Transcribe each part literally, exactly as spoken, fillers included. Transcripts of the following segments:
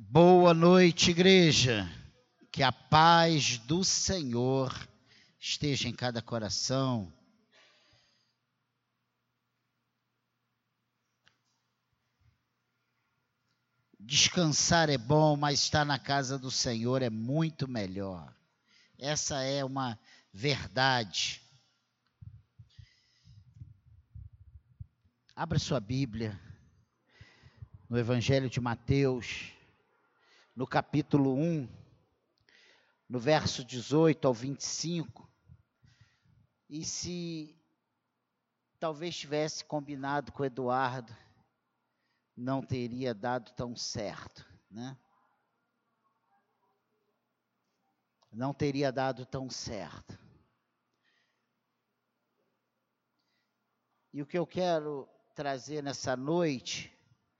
Boa noite, igreja. Que a paz do Senhor esteja em cada coração. Descansar é bom, mas estar na casa do Senhor é muito melhor. Essa é uma verdade. Abra sua Bíblia no Evangelho de Mateus, no capítulo um, no verso dezoito ao vinte e cinco. E se talvez tivesse combinado com o Eduardo, não teria dado tão certo, né? Não teria dado tão certo. E o que eu quero trazer nessa noite,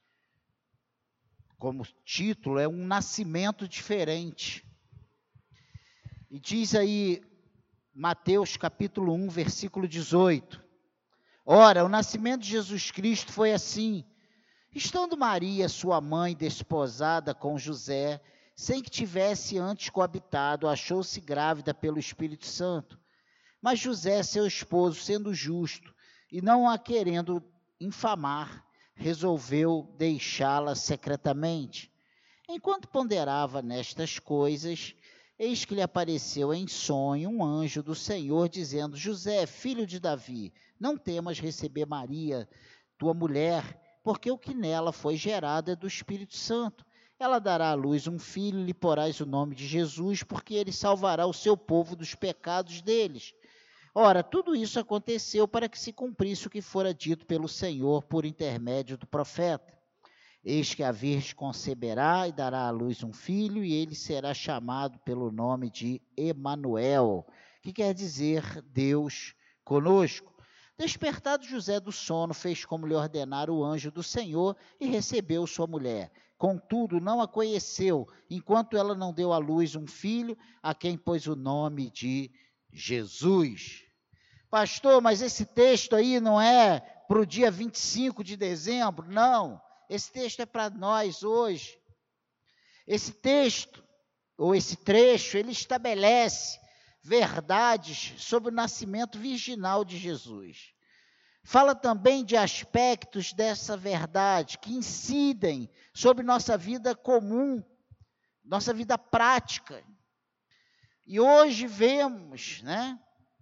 como título, é um nascimento diferente. E diz aí, Mateus capítulo um, versículo dezoito. Ora, o nascimento de Jesus Cristo foi assim: estando Maria, sua mãe, desposada com José, sem que tivesse antes coabitado, achou-se grávida pelo Espírito Santo. Mas José, seu esposo, sendo justo e não a querendo infamar, resolveu deixá-la secretamente. Enquanto ponderava nestas coisas, eis que lhe apareceu em sonho um anjo do Senhor, dizendo: José, filho de Davi, não temas receber Maria, tua mulher, porque o que nela foi gerado é do Espírito Santo. Ela dará à luz um filho, lhe porás o nome de Jesus, porque ele salvará o seu povo dos pecados deles. Ora, tudo isso aconteceu para que se cumprisse o que fora dito pelo Senhor por intermédio do profeta. Eis que a Virgem conceberá e dará à luz um filho, e ele será chamado pelo nome de Emanuel, que quer dizer Deus conosco. Despertado José do sono, fez como lhe ordenara o anjo do Senhor e recebeu sua mulher. Contudo, não a conheceu, enquanto ela não deu à luz um filho, a quem pôs o nome de Jesus. Pastor, mas esse texto aí não é para o dia vinte e cinco de dezembro? Não, esse texto é para nós hoje. Esse texto, ou esse trecho, ele estabelece verdades sobre o nascimento virginal de Jesus. Fala também de aspectos dessa verdade que incidem sobre nossa vida comum, nossa vida prática. E hoje vemos, né,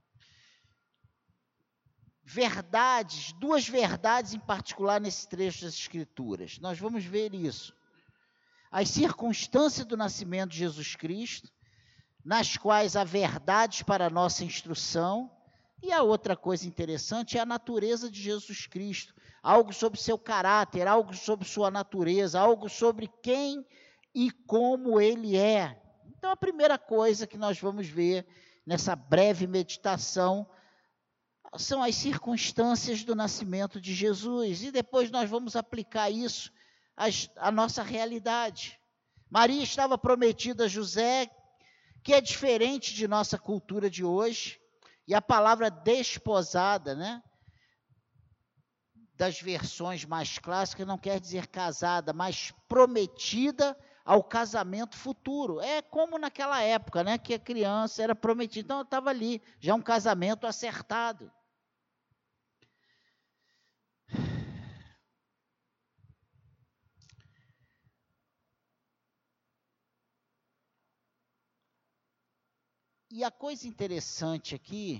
verdades, duas verdades em particular nesse trecho das Escrituras. Nós vamos ver isso. As circunstâncias do nascimento de Jesus Cristo, nas quais há verdades para a nossa instrução. E a outra coisa interessante é a natureza de Jesus Cristo, algo sobre seu caráter, algo sobre sua natureza, algo sobre quem e como ele é. Então, a primeira coisa que nós vamos ver nessa breve meditação são as circunstâncias do nascimento de Jesus, e depois nós vamos aplicar isso à nossa realidade. Maria estava prometida a José, que é diferente de nossa cultura de hoje. E a palavra desposada, né, das versões mais clássicas, não quer dizer casada, mas prometida ao casamento futuro. É como naquela época, né, que a criança era prometida. Então, estava ali, já um casamento acertado. E a coisa interessante aqui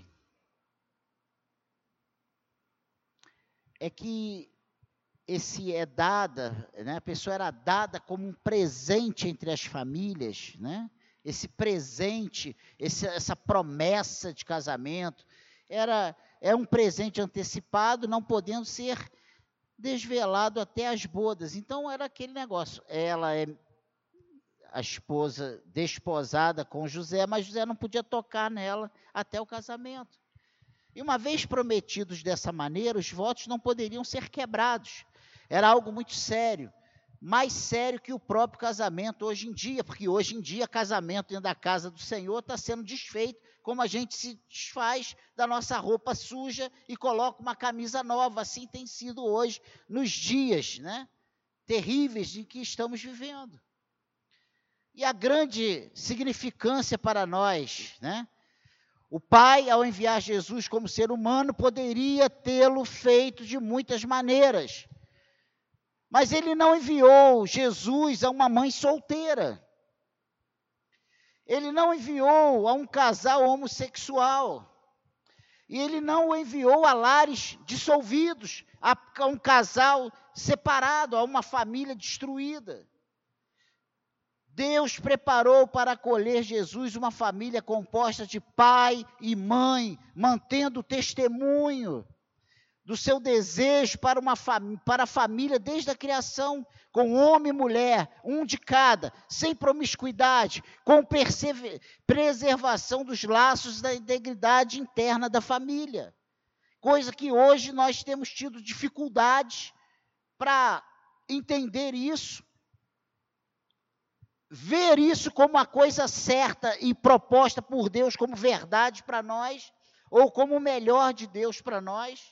é que esse é dada, né, a pessoa era dada como um presente entre as famílias, né? Esse presente, esse, essa promessa de casamento, era, era um presente antecipado, não podendo ser desvelado até as bodas. Então era aquele negócio, ela é a esposa desposada com José, mas José não podia tocar nela até o casamento. E uma vez prometidos dessa maneira, os votos não poderiam ser quebrados. Era algo muito sério, mais sério que o próprio casamento hoje em dia, porque hoje em dia casamento dentro da casa do Senhor está sendo desfeito, como a gente se desfaz da nossa roupa suja e coloca uma camisa nova. Assim tem sido hoje, nos dias, né, terríveis em que estamos vivendo. e a grande significância para nós, né? O Pai, ao enviar Jesus como ser humano, poderia tê-lo feito de muitas maneiras. Mas ele não enviou Jesus a uma mãe solteira. Ele não enviou a um casal homossexual. E ele não o enviou a lares dissolvidos, a um casal separado, a uma família destruída. Deus preparou para acolher Jesus uma família composta de pai e mãe, mantendo o testemunho do seu desejo para, uma fam- para a família desde a criação, com homem e mulher, um de cada, sem promiscuidade, com persever- preservação dos laços da integridade interna da família. Coisa que hoje nós temos tido dificuldade para entender isso, ver isso como uma coisa certa e proposta por Deus como verdade para nós, ou como o melhor de Deus para nós.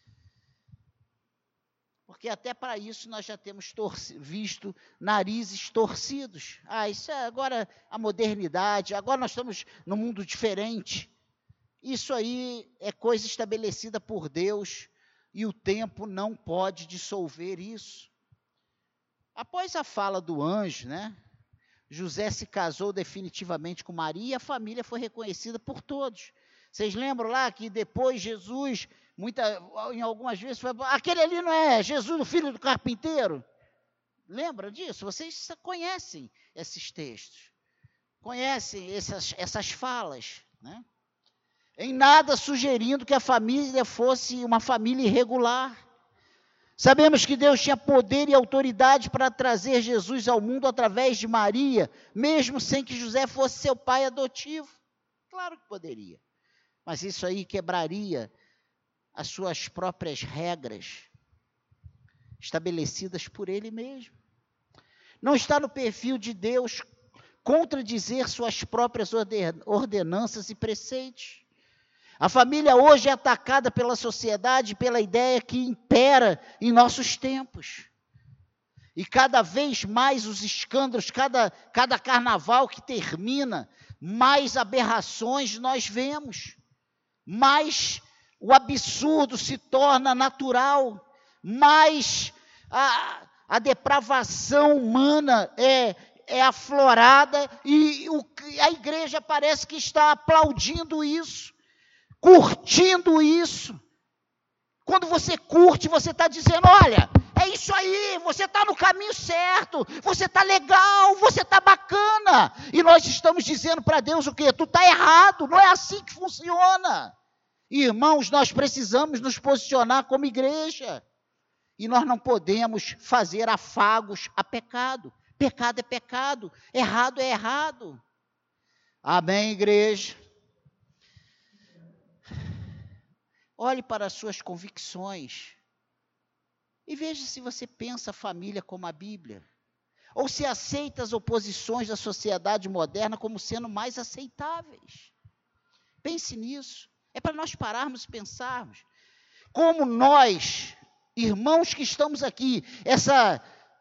Porque até para isso nós já temos torci- visto narizes torcidos. Ah, isso é agora a modernidade, agora nós estamos num mundo diferente. Isso aí é coisa estabelecida por Deus e o tempo não pode dissolver isso. Após a fala do anjo, né? José se casou definitivamente com Maria e a família foi reconhecida por todos. Vocês lembram lá que depois Jesus, muita, em algumas vezes, foi, aquele ali não é Jesus, o filho do carpinteiro? Lembra disso? Vocês conhecem esses textos, conhecem essas, essas falas, né? Em nada sugerindo que a família fosse uma família irregular. Sabemos que Deus tinha poder e autoridade para trazer Jesus ao mundo através de Maria, mesmo sem que José fosse seu pai adotivo. Claro que poderia, mas isso aí quebraria as suas próprias regras, estabelecidas por ele mesmo. Não está no perfil de Deus contradizer suas próprias ordenanças e preceitos. A família hoje é atacada pela sociedade, pela ideia que impera em nossos tempos. E cada vez mais os escândalos, cada, cada carnaval que termina, mais aberrações nós vemos. Mais o absurdo se torna natural. Mais a, a depravação humana é, é aflorada e o, a igreja parece que está aplaudindo isso. Curtindo isso. Quando você curte, você está dizendo, olha, é isso aí, você está no caminho certo, você está legal, você está bacana. E nós estamos dizendo para Deus o quê? Tu está errado, não é assim que funciona. Irmãos, nós precisamos nos posicionar como igreja. E nós não podemos fazer afagos a pecado. Pecado é pecado, errado é errado. Amém, igreja? Olhe para as suas convicções e veja se você pensa a família como a Bíblia, ou se aceita as oposições da sociedade moderna como sendo mais aceitáveis. Pense nisso, é para nós pararmos e pensarmos. Como nós, irmãos que estamos aqui, essa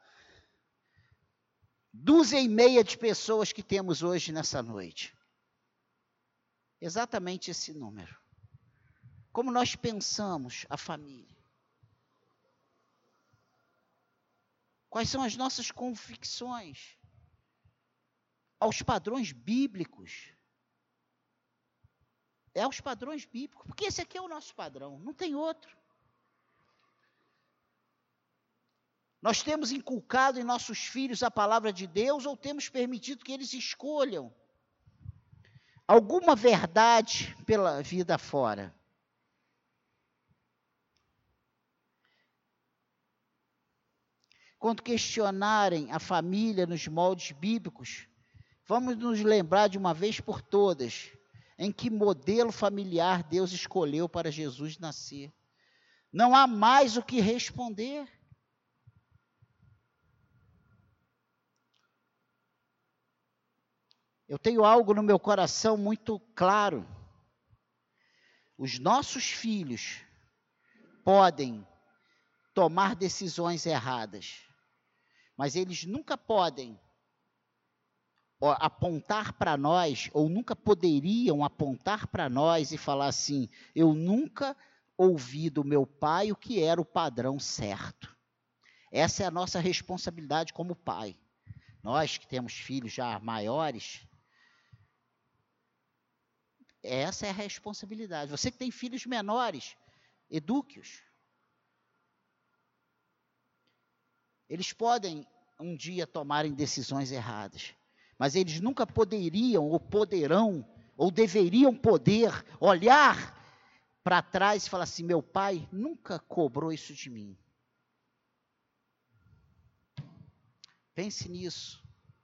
dúzia e meia de pessoas que temos hoje nessa noite, exatamente esse número. Como nós pensamos a família? Quais são as nossas convicções? Aos padrões bíblicos. É aos padrões bíblicos, porque esse aqui é o nosso padrão, não tem outro. Nós temos inculcado em nossos filhos a palavra de Deus ou temos permitido que eles escolham alguma verdade pela vida fora? Quando questionarem a família nos moldes bíblicos, vamos nos lembrar de uma vez por todas, em que modelo familiar Deus escolheu para Jesus nascer. Não há mais o que responder. Eu tenho algo no meu coração muito claro. Os nossos filhos podem tomar decisões erradas, mas eles nunca podem apontar para nós, ou nunca poderiam apontar para nós e falar assim: eu nunca ouvi do meu pai o que era o padrão certo. Essa é a nossa responsabilidade como pai. Nós que temos filhos já maiores, essa é a responsabilidade. Você que tem filhos menores, eduque-os. Eles podem um dia tomarem decisões erradas, mas eles nunca poderiam, ou poderão, ou deveriam poder olhar para trás e falar assim: meu pai nunca cobrou isso de mim. Pense nisso.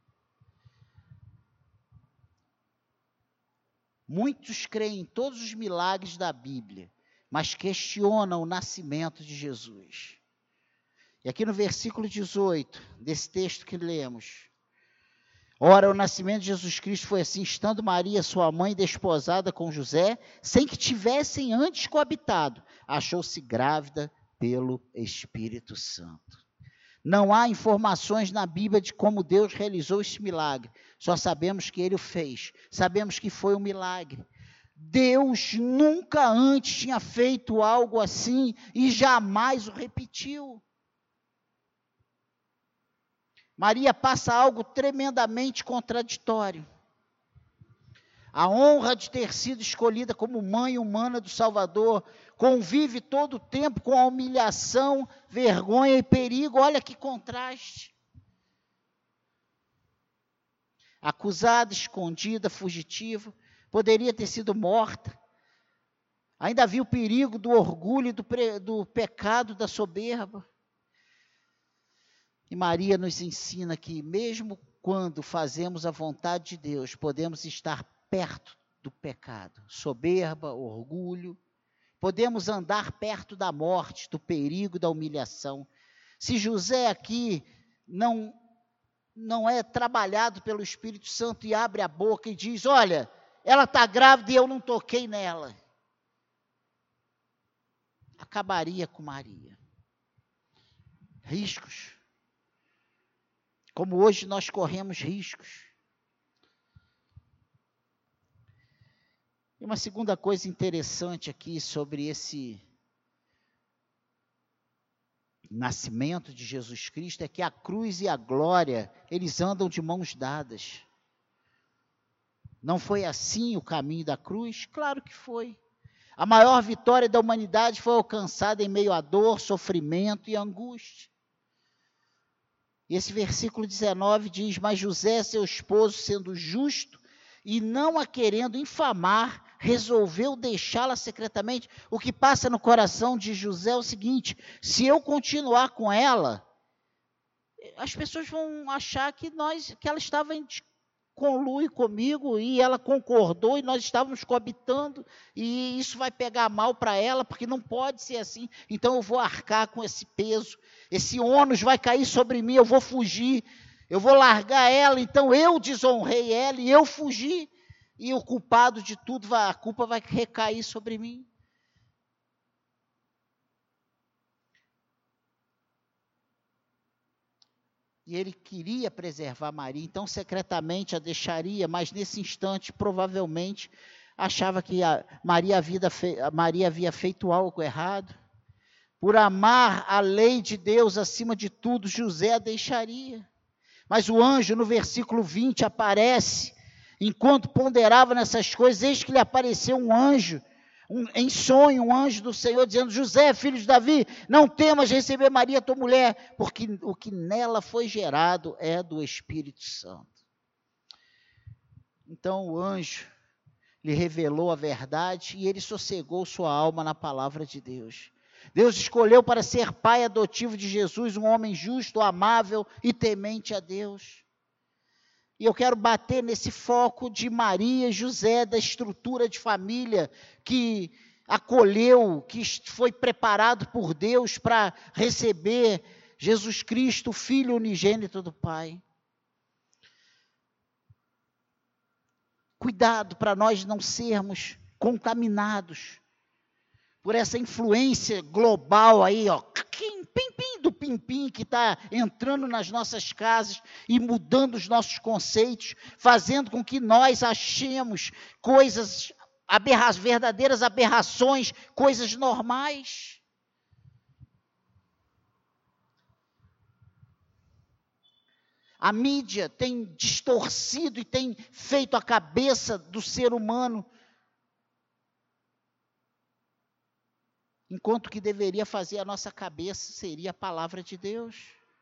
Muitos creem em todos os milagres da Bíblia, mas questionam o nascimento de Jesus. E aqui no versículo dezoito, desse texto que lemos: ora, o nascimento de Jesus Cristo foi assim: estando Maria, sua mãe, desposada com José, sem que tivessem antes coabitado, achou-se grávida pelo Espírito Santo. Não há informações na Bíblia de como Deus realizou esse milagre. Só sabemos que Ele o fez. Sabemos que foi um milagre. Deus nunca antes tinha feito algo assim e jamais o repetiu. Maria passa algo tremendamente contraditório. A honra de ter sido escolhida como mãe humana do Salvador convive todo o tempo com a humilhação, vergonha e perigo. Olha que contraste. Acusada, escondida, fugitiva, poderia ter sido morta. Ainda havia o perigo do orgulho e do, pre, do pecado da soberba. E Maria nos ensina que mesmo quando fazemos a vontade de Deus, podemos estar perto do pecado, soberba, orgulho. Podemos andar perto da morte, do perigo, da humilhação. Se José aqui não, não é trabalhado pelo Espírito Santo e abre a boca e diz: olha, ela está grávida e eu não toquei nela, acabaria com Maria. Riscos. Como hoje nós corremos riscos. E uma segunda coisa interessante aqui sobre esse nascimento de Jesus Cristo é que a cruz e a glória, eles andam de mãos dadas. Não foi assim o caminho da cruz? Claro que foi. A maior vitória da humanidade foi alcançada em meio à dor, sofrimento e angústia. E esse versículo dezenove diz: mas José, seu esposo, sendo justo e não a querendo infamar, resolveu deixá-la secretamente. O que passa no coração de José é o seguinte: se eu continuar com ela, as pessoas vão achar que, nós, que ela estava em conluio comigo e ela concordou e nós estávamos coabitando e isso vai pegar mal para ela, porque não pode ser assim. Então eu vou arcar com esse peso, esse ônus vai cair sobre mim, eu vou fugir, eu vou largar ela, então eu desonrei ela e eu fugi. E o culpado de tudo, vai, a culpa vai recair sobre mim. E ele queria preservar Maria, então secretamente a deixaria, mas nesse instante, provavelmente, achava que a Maria, havia fe, a Maria havia feito algo errado. Por amar a lei de Deus acima de tudo, José a deixaria. Mas o anjo, no versículo vinte, aparece. Enquanto ponderava nessas coisas, eis que lhe apareceu um anjo, um, em sonho, um anjo do Senhor, dizendo: José, filho de Davi, não temas receber Maria, tua mulher, porque o que nela foi gerado é do Espírito Santo. Então o anjo lhe revelou a verdade e ele sossegou sua alma na palavra de Deus. Deus escolheu para ser pai adotivo de Jesus um homem justo, amável e temente a Deus. E eu quero bater nesse foco de Maria e José, da estrutura de família que acolheu, que foi preparado por Deus para receber Jesus Cristo, o Filho unigênito do Pai. Cuidado para nós não sermos contaminados por essa influência global aí, ó, pim, pim, do pim-pim que está entrando nas nossas casas e mudando os nossos conceitos, fazendo com que nós achemos coisas, aberra- verdadeiras aberrações, coisas normais. A mídia tem distorcido e tem feito a cabeça do ser humano, enquanto o que deveria fazer a nossa cabeça seria a palavra de Deus.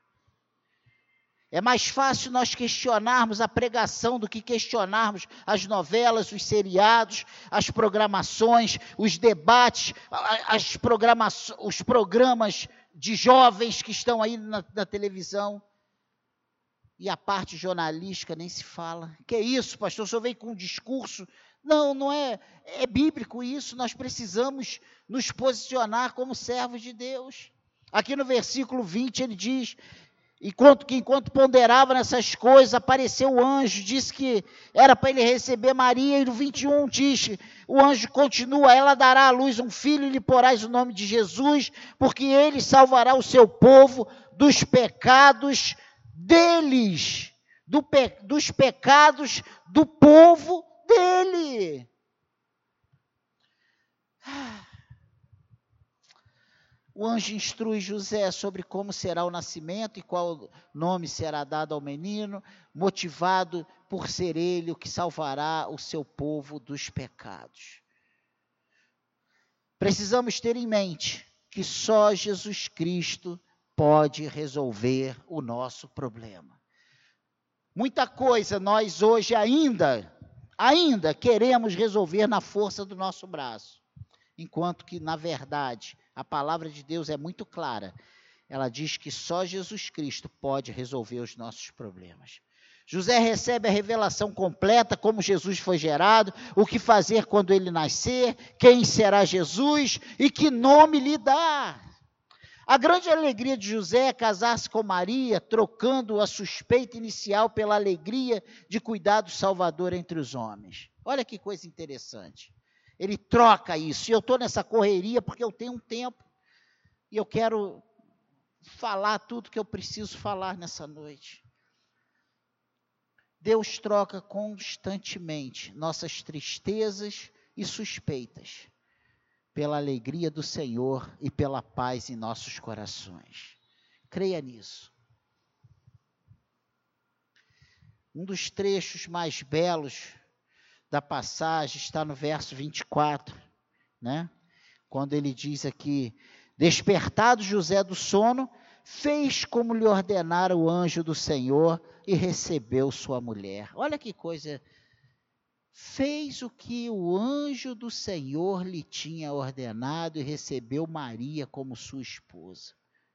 É mais fácil nós questionarmos a pregação do que questionarmos as novelas, os seriados, as programações, os debates, as programações, os programas de jovens que estão aí na, na televisão. E a parte jornalística nem se fala. Que isso, pastor? O senhor veio com um discurso? Não, não é. É bíblico isso. Nós precisamos nos posicionar como servos de Deus. Aqui no versículo vinte ele diz, enquanto que enquanto ponderava nessas coisas, apareceu o anjo, disse que era para ele receber Maria, e no vinte e um diz, o anjo continua, ela dará à luz um filho e lhe porás o nome de Jesus, porque ele salvará o seu povo dos pecados deles, do pe, dos pecados do povo dele. O anjo instrui José sobre como será o nascimento e qual nome será dado ao menino, motivado por ser ele o que salvará o seu povo dos pecados. Precisamos ter em mente que só Jesus Cristo pode resolver o nosso problema. Muita coisa nós hoje ainda, ainda queremos resolver na força do nosso braço, enquanto que, na verdade, a palavra de Deus é muito clara. Ela diz que só Jesus Cristo pode resolver os nossos problemas. José recebe a revelação completa, como Jesus foi gerado, o que fazer quando ele nascer, quem será Jesus e que nome lhe dar. A grande alegria de José é casar-se com Maria, trocando a suspeita inicial pela alegria de cuidar do Salvador entre os homens. Olha que coisa interessante. Ele troca isso. E eu estou nessa correria porque eu tenho um tempo e eu quero falar tudo que eu preciso falar nessa noite. Deus troca constantemente nossas tristezas e suspeitas pela alegria do Senhor e pela paz em nossos corações. Creia nisso. Um dos trechos mais belos da passagem está no verso vinte e quatro, né? Quando ele diz aqui, despertado José do sono, fez como lhe ordenara o anjo do Senhor e recebeu sua mulher. Olha que coisa. Fez o que o anjo do Senhor lhe tinha ordenado e recebeu Maria como sua esposa.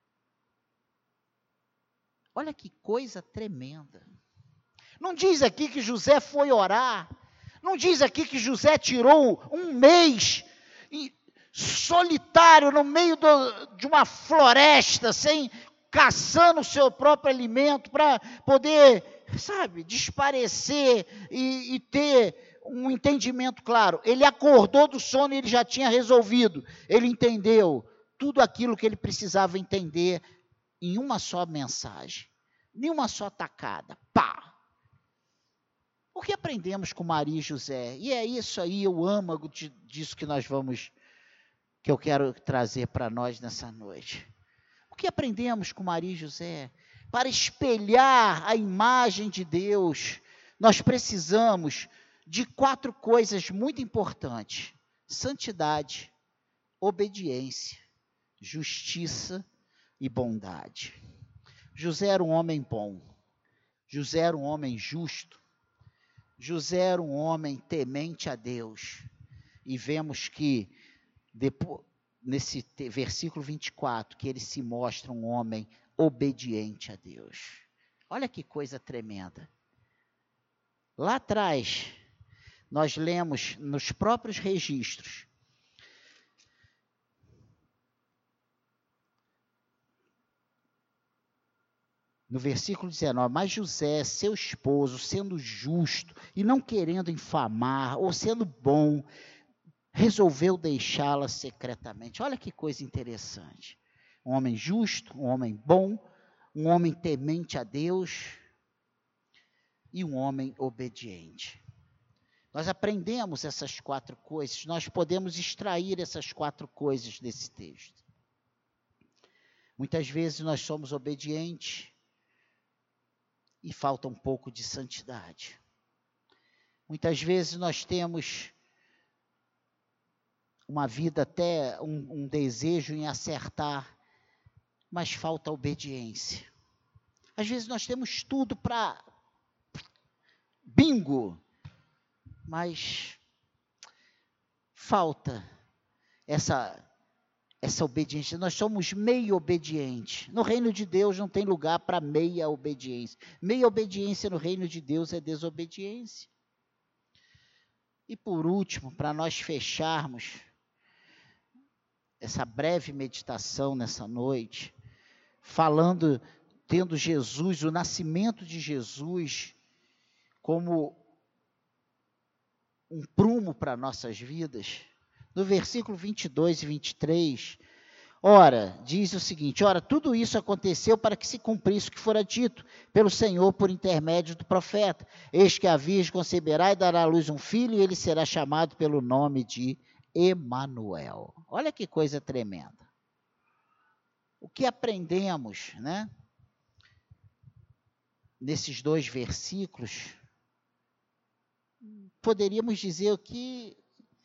Olha que coisa tremenda. Não diz aqui que José foi orar, não diz aqui que José tirou um mês solitário no meio do, de uma floresta, sem caçando o seu próprio alimento para poder, sabe, desaparecer e, e ter um entendimento claro. Ele acordou do sono e ele já tinha resolvido. Ele entendeu tudo aquilo que ele precisava entender em uma só mensagem, em uma só tacada. Pá! O que aprendemos com Maria e José? E é isso aí, o âmago de, disso que nós vamos, que eu quero trazer para nós nessa noite. O que aprendemos com Maria e José? Para espelhar a imagem de Deus, nós precisamos de quatro coisas muito importantes: santidade, obediência, justiça e bondade. José era um homem bom, José era um homem justo, José era um homem temente a Deus. E vemos que, depois, nesse versículo vinte e quatro, que ele se mostra um homem obediente a Deus. Olha que coisa tremenda. Lá atrás, nós lemos nos próprios registros, no versículo dezenove, mas José, seu esposo, sendo justo e não querendo infamar, ou sendo bom, resolveu deixá-la secretamente. Olha que coisa interessante. Um homem justo, um homem bom, um homem temente a Deus e um homem obediente. Nós aprendemos essas quatro coisas, nós podemos extrair essas quatro coisas desse texto. Muitas vezes nós somos obedientes e falta um pouco de santidade. Muitas vezes nós temos uma vida até, um, um desejo em acertar, mas falta obediência. Às vezes nós temos tudo para bingo, mas falta essa, essa obediência. Nós somos meio obedientes. No reino de Deus não tem lugar para meia obediência. Meia obediência no reino de Deus é desobediência. E por último, para nós fecharmos essa breve meditação nessa noite, falando, tendo Jesus, o nascimento de Jesus como um prumo para nossas vidas, no versículo vinte e dois e vinte e três, ora, diz o seguinte, ora, tudo isso aconteceu para que se cumprisse o que fora dito pelo Senhor por intermédio do profeta, eis que a virgem conceberá e dará à luz um filho, e ele será chamado pelo nome de Emanuel. Olha que coisa tremenda. O que aprendemos, né, nesses dois versículos, poderíamos dizer que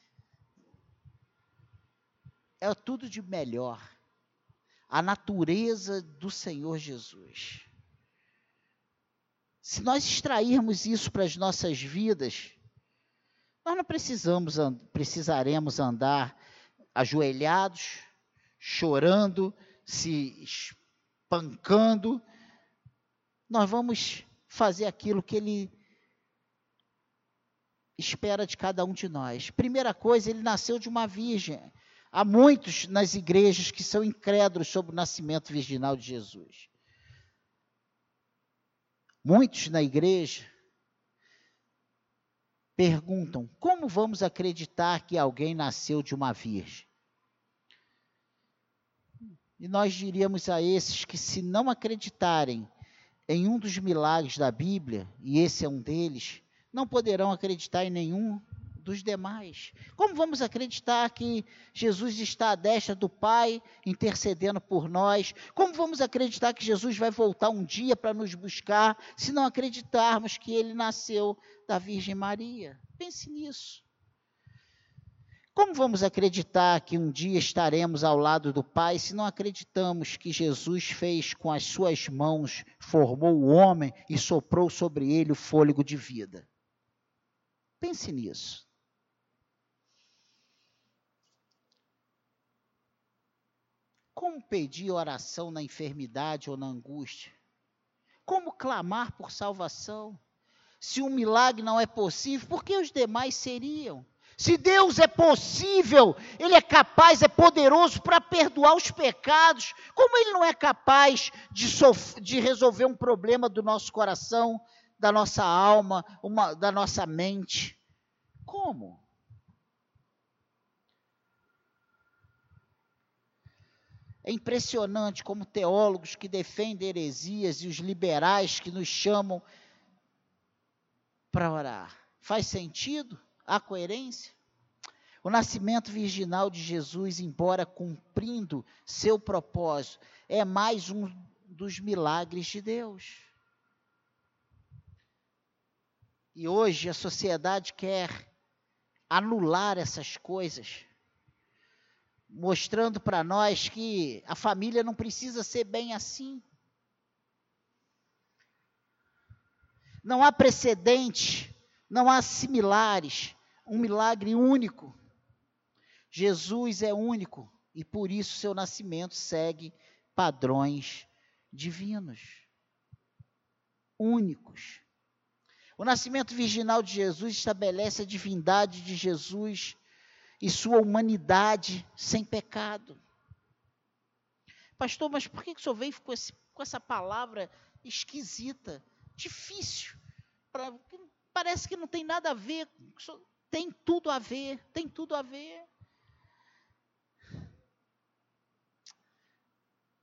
é tudo de melhor. A natureza do Senhor Jesus. Se nós extrairmos isso para as nossas vidas, nós não precisamos, precisaremos andar ajoelhados, chorando, se espancando. Nós vamos fazer aquilo que Ele espera de cada um de nós. Primeira coisa, Ele nasceu de uma virgem. Há muitos nas igrejas que são incrédulos sobre o nascimento virginal de Jesus. Muitos na igreja perguntam, como vamos acreditar que alguém nasceu de uma virgem? E nós diríamos a esses que se não acreditarem em um dos milagres da Bíblia, e esse é um deles, não poderão acreditar em nenhum dos demais. Como vamos acreditar que Jesus está à destra do Pai, intercedendo por nós? Como vamos acreditar que Jesus vai voltar um dia para nos buscar, se não acreditarmos que Ele nasceu da Virgem Maria? Pense nisso. Como vamos acreditar que um dia estaremos ao lado do Pai, se não acreditamos que Jesus fez com as suas mãos, formou o homem e soprou sobre ele o fôlego de vida? Pense nisso. Como pedir oração na enfermidade ou na angústia? Como clamar por salvação? Se um milagre não é possível, por que os demais seriam? Se Deus é possível, Ele é capaz, é poderoso para perdoar os pecados, como Ele não é capaz de, sof- de resolver um problema do nosso coração, da nossa alma, uma, da nossa mente? Como? É impressionante como teólogos que defendem heresias e os liberais que nos chamam para orar. Faz sentido? Há coerência? O nascimento virginal de Jesus, embora cumprindo seu propósito, é mais um dos milagres de Deus. E hoje a sociedade quer anular essas coisas, mostrando para nós que a família não precisa ser bem assim. Não há precedente, não há similares, um milagre único. Jesus é único e por isso seu nascimento segue padrões divinos, únicos. O nascimento virginal de Jesus estabelece a divindade de Jesus e sua humanidade sem pecado. Pastor, mas por que o senhor veio com, esse, com essa palavra esquisita, difícil? Pra, parece que não tem nada a ver, tem tudo a ver, tem tudo a ver.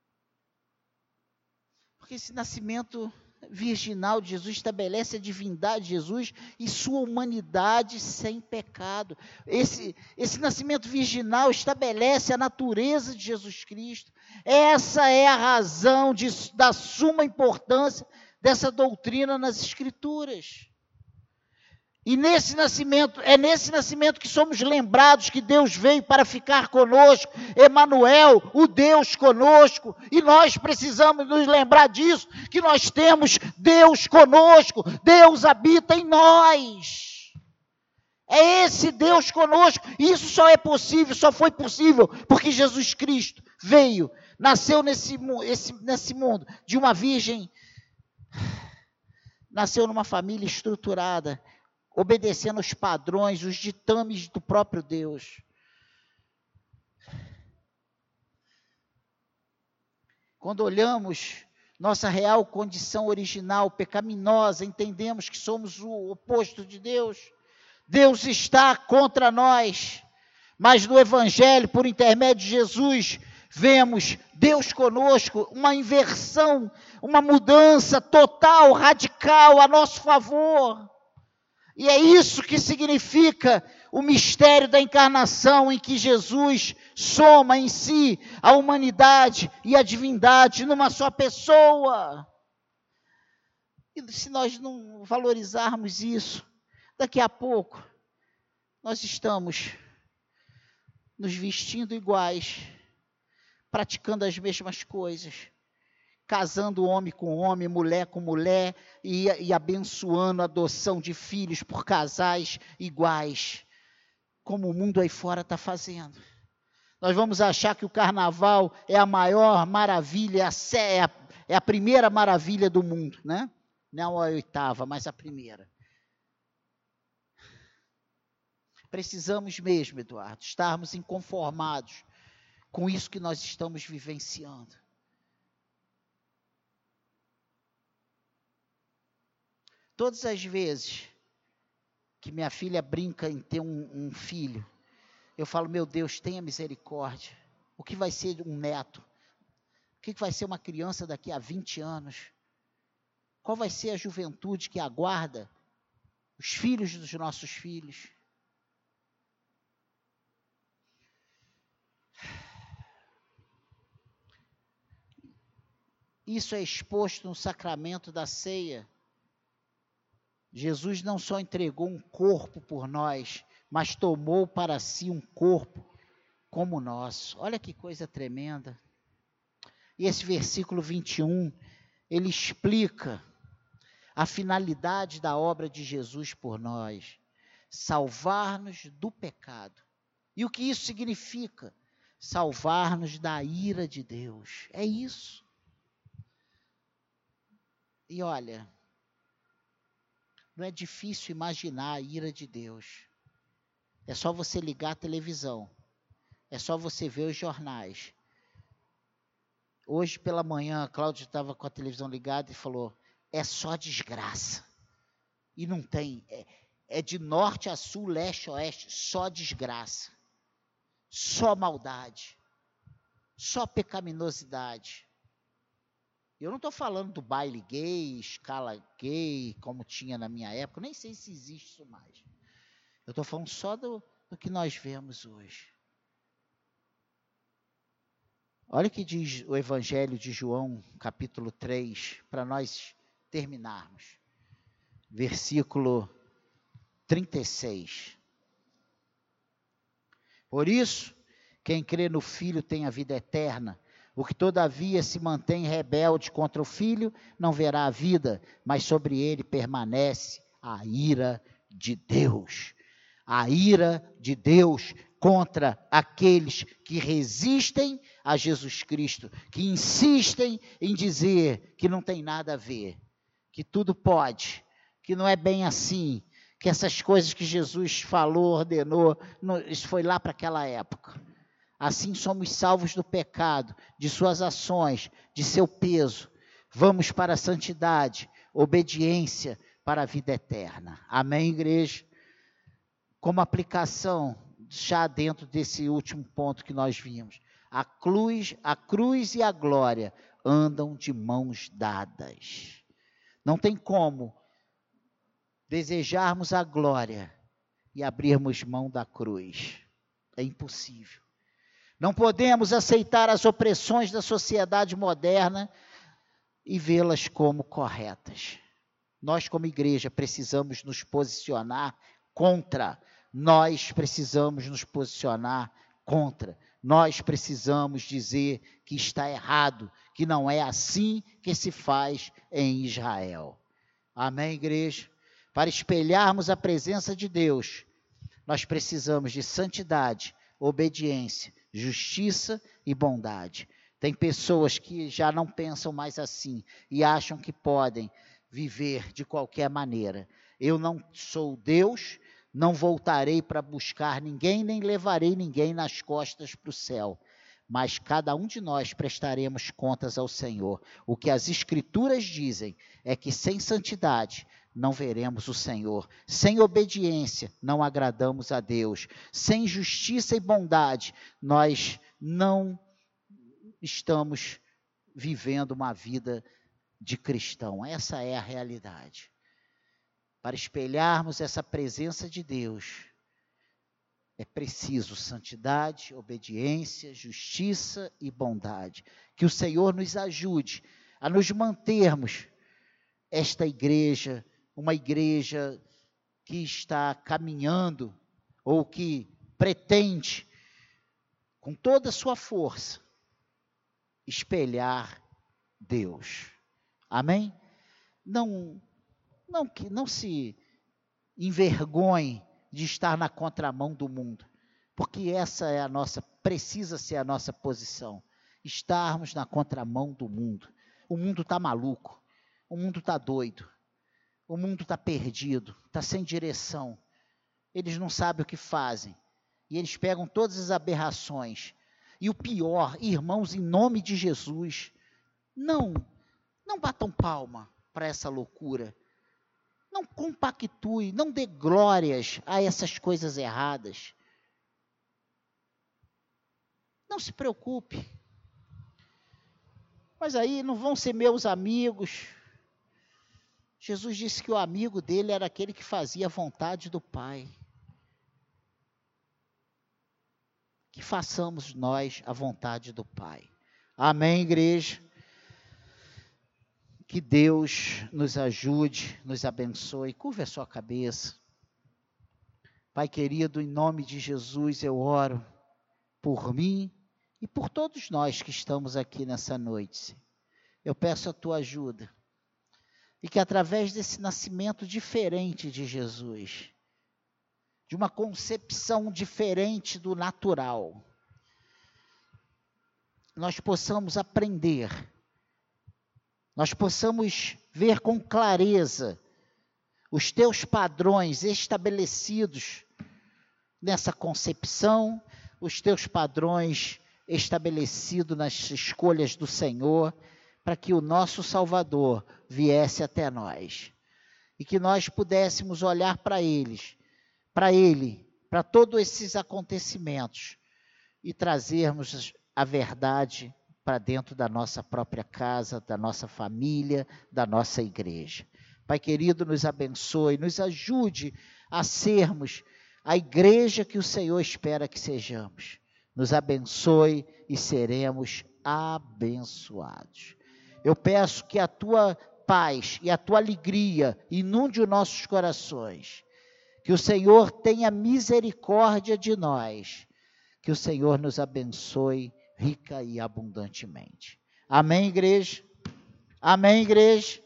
Porque esse nascimento virginal de Jesus estabelece a divindade de Jesus e sua humanidade sem pecado. Esse, esse nascimento virginal estabelece a natureza de Jesus Cristo. Essa é a razão de, da suma importância dessa doutrina nas Escrituras. E nesse nascimento, é nesse nascimento que somos lembrados que Deus veio para ficar conosco, Emanuel, o Deus conosco, e nós precisamos nos lembrar disso, que nós temos Deus conosco, Deus habita em nós. É esse Deus conosco, e isso só é possível, só foi possível, porque Jesus Cristo veio, nasceu nesse, esse, nesse mundo, de uma virgem, nasceu numa família estruturada, obedecendo os padrões, os ditames do próprio Deus. Quando olhamos nossa real condição original, pecaminosa, entendemos que somos o oposto de Deus. Deus está contra nós, mas no Evangelho, por intermédio de Jesus, vemos Deus conosco, uma inversão, uma mudança total, radical a nosso favor. E é isso que significa o mistério da encarnação, em que Jesus soma em si a humanidade e a divindade numa só pessoa. E se nós não valorizarmos isso, daqui a pouco nós estamos nos vestindo iguais, praticando as mesmas coisas, casando homem com homem, mulher com mulher, e, e abençoando a adoção de filhos por casais iguais, como o mundo aí fora está fazendo. Nós vamos achar que o carnaval é a maior maravilha, é a, é a primeira maravilha do mundo, né? Não a oitava, mas a primeira. Precisamos mesmo, Eduardo, estarmos inconformados com isso que nós estamos vivenciando. Todas as vezes que minha filha brinca em ter um, um filho, eu falo, meu Deus, tenha misericórdia. O que vai ser um neto? O que vai ser uma criança daqui a vinte anos? Qual vai ser a juventude que aguarda os filhos dos nossos filhos? Isso é exposto no sacramento da ceia. Jesus não só entregou um corpo por nós, mas tomou para si um corpo como o nosso. Olha que coisa tremenda. E esse versículo vinte e um, ele explica a finalidade da obra de Jesus por nós, salvar-nos do pecado. E o que isso significa? Salvar-nos da ira de Deus. É isso. E olha, não é difícil imaginar a ira de Deus. É só você ligar a televisão. É só você ver os jornais. Hoje pela manhã, a Cláudia estava com a televisão ligada e falou, é só desgraça. E não tem, é, é de norte a sul, leste a oeste, só desgraça. Só maldade. Só pecaminosidade. Eu não estou falando do baile gay, escala gay, como tinha na minha época, nem sei se existe isso mais. Eu estou falando só do, do que nós vemos hoje. Olha o que diz o Evangelho de João, capítulo três, para nós terminarmos. Versículo trinta e seis. Por isso, quem crê no Filho tem a vida eterna. O que todavia se mantém rebelde contra o Filho, não verá a vida, mas sobre ele permanece a ira de Deus. A ira de Deus contra aqueles que resistem a Jesus Cristo, que insistem em dizer que não tem nada a ver, que tudo pode, que não é bem assim, que essas coisas que Jesus falou, ordenou, não, isso foi lá para aquela época. Assim somos salvos do pecado, de suas ações, de seu peso. Vamos para a santidade, obediência para a vida eterna. Amém, igreja? Como aplicação, já dentro desse último ponto que nós vimos, a cruz, a cruz e a glória andam de mãos dadas. Não tem como desejarmos a glória e abrirmos mão da cruz. É impossível. Não podemos aceitar as opressões da sociedade moderna e vê-las como corretas. Nós, como igreja, precisamos nos posicionar contra. Nós precisamos nos posicionar contra. Nós precisamos dizer que está errado, que não é assim que se faz em Israel. Amém, igreja? Para espelharmos a presença de Deus, nós precisamos de santidade, obediência, justiça e bondade. Tem pessoas que já não pensam mais assim e acham que podem viver de qualquer maneira. Eu não sou Deus, não voltarei para buscar ninguém, nem levarei ninguém nas costas para o céu. Mas cada um de nós prestaremos contas ao Senhor. O que as Escrituras dizem é que sem santidade não veremos o Senhor. Sem obediência não agradamos a Deus. Sem justiça e bondade nós não estamos vivendo uma vida de cristão. Essa é a realidade. Para espelharmos essa presença de Deus, é preciso santidade, obediência, justiça e bondade. Que o Senhor nos ajude a nos mantermos esta igreja, uma igreja que está caminhando ou que pretende, com toda a sua força, espelhar Deus. Amém? Não, não, que, não se envergonhe de estar na contramão do mundo, porque essa é a nossa, precisa ser a nossa posição, estarmos na contramão do mundo. O mundo está maluco, o mundo está doido, o mundo está perdido, está sem direção, eles não sabem o que fazem, e eles pegam todas as aberrações, e o pior, irmãos, em nome de Jesus, não, não batam palma para essa loucura, não compactue, não dê glórias a essas coisas erradas. Não se preocupe. Mas aí não vão ser meus amigos. Jesus disse que o amigo dele era aquele que fazia a vontade do Pai. Que façamos nós a vontade do Pai. Amém, igreja? Que Deus nos ajude, nos abençoe. Curva a sua cabeça. Pai querido, em nome de Jesus eu oro por mim e por todos nós que estamos aqui nessa noite. Eu peço a tua ajuda. E que através desse nascimento diferente de Jesus, de uma concepção diferente do natural, nós possamos aprender, nós possamos ver com clareza os teus padrões estabelecidos nessa concepção, os teus padrões estabelecidos nas escolhas do Senhor, para que o nosso Salvador viesse até nós. E que nós pudéssemos olhar para eles, para Ele, para todos esses acontecimentos, e trazermos a verdade para dentro da nossa própria casa, da nossa família, da nossa igreja. Pai querido, nos abençoe, nos ajude a sermos a igreja que o Senhor espera que sejamos. Nos abençoe e seremos abençoados. Eu peço que a tua paz e a tua alegria inunde os nossos corações. Que o Senhor tenha misericórdia de nós. Que o Senhor nos abençoe rica e abundantemente. Amém, igreja? Amém, igreja?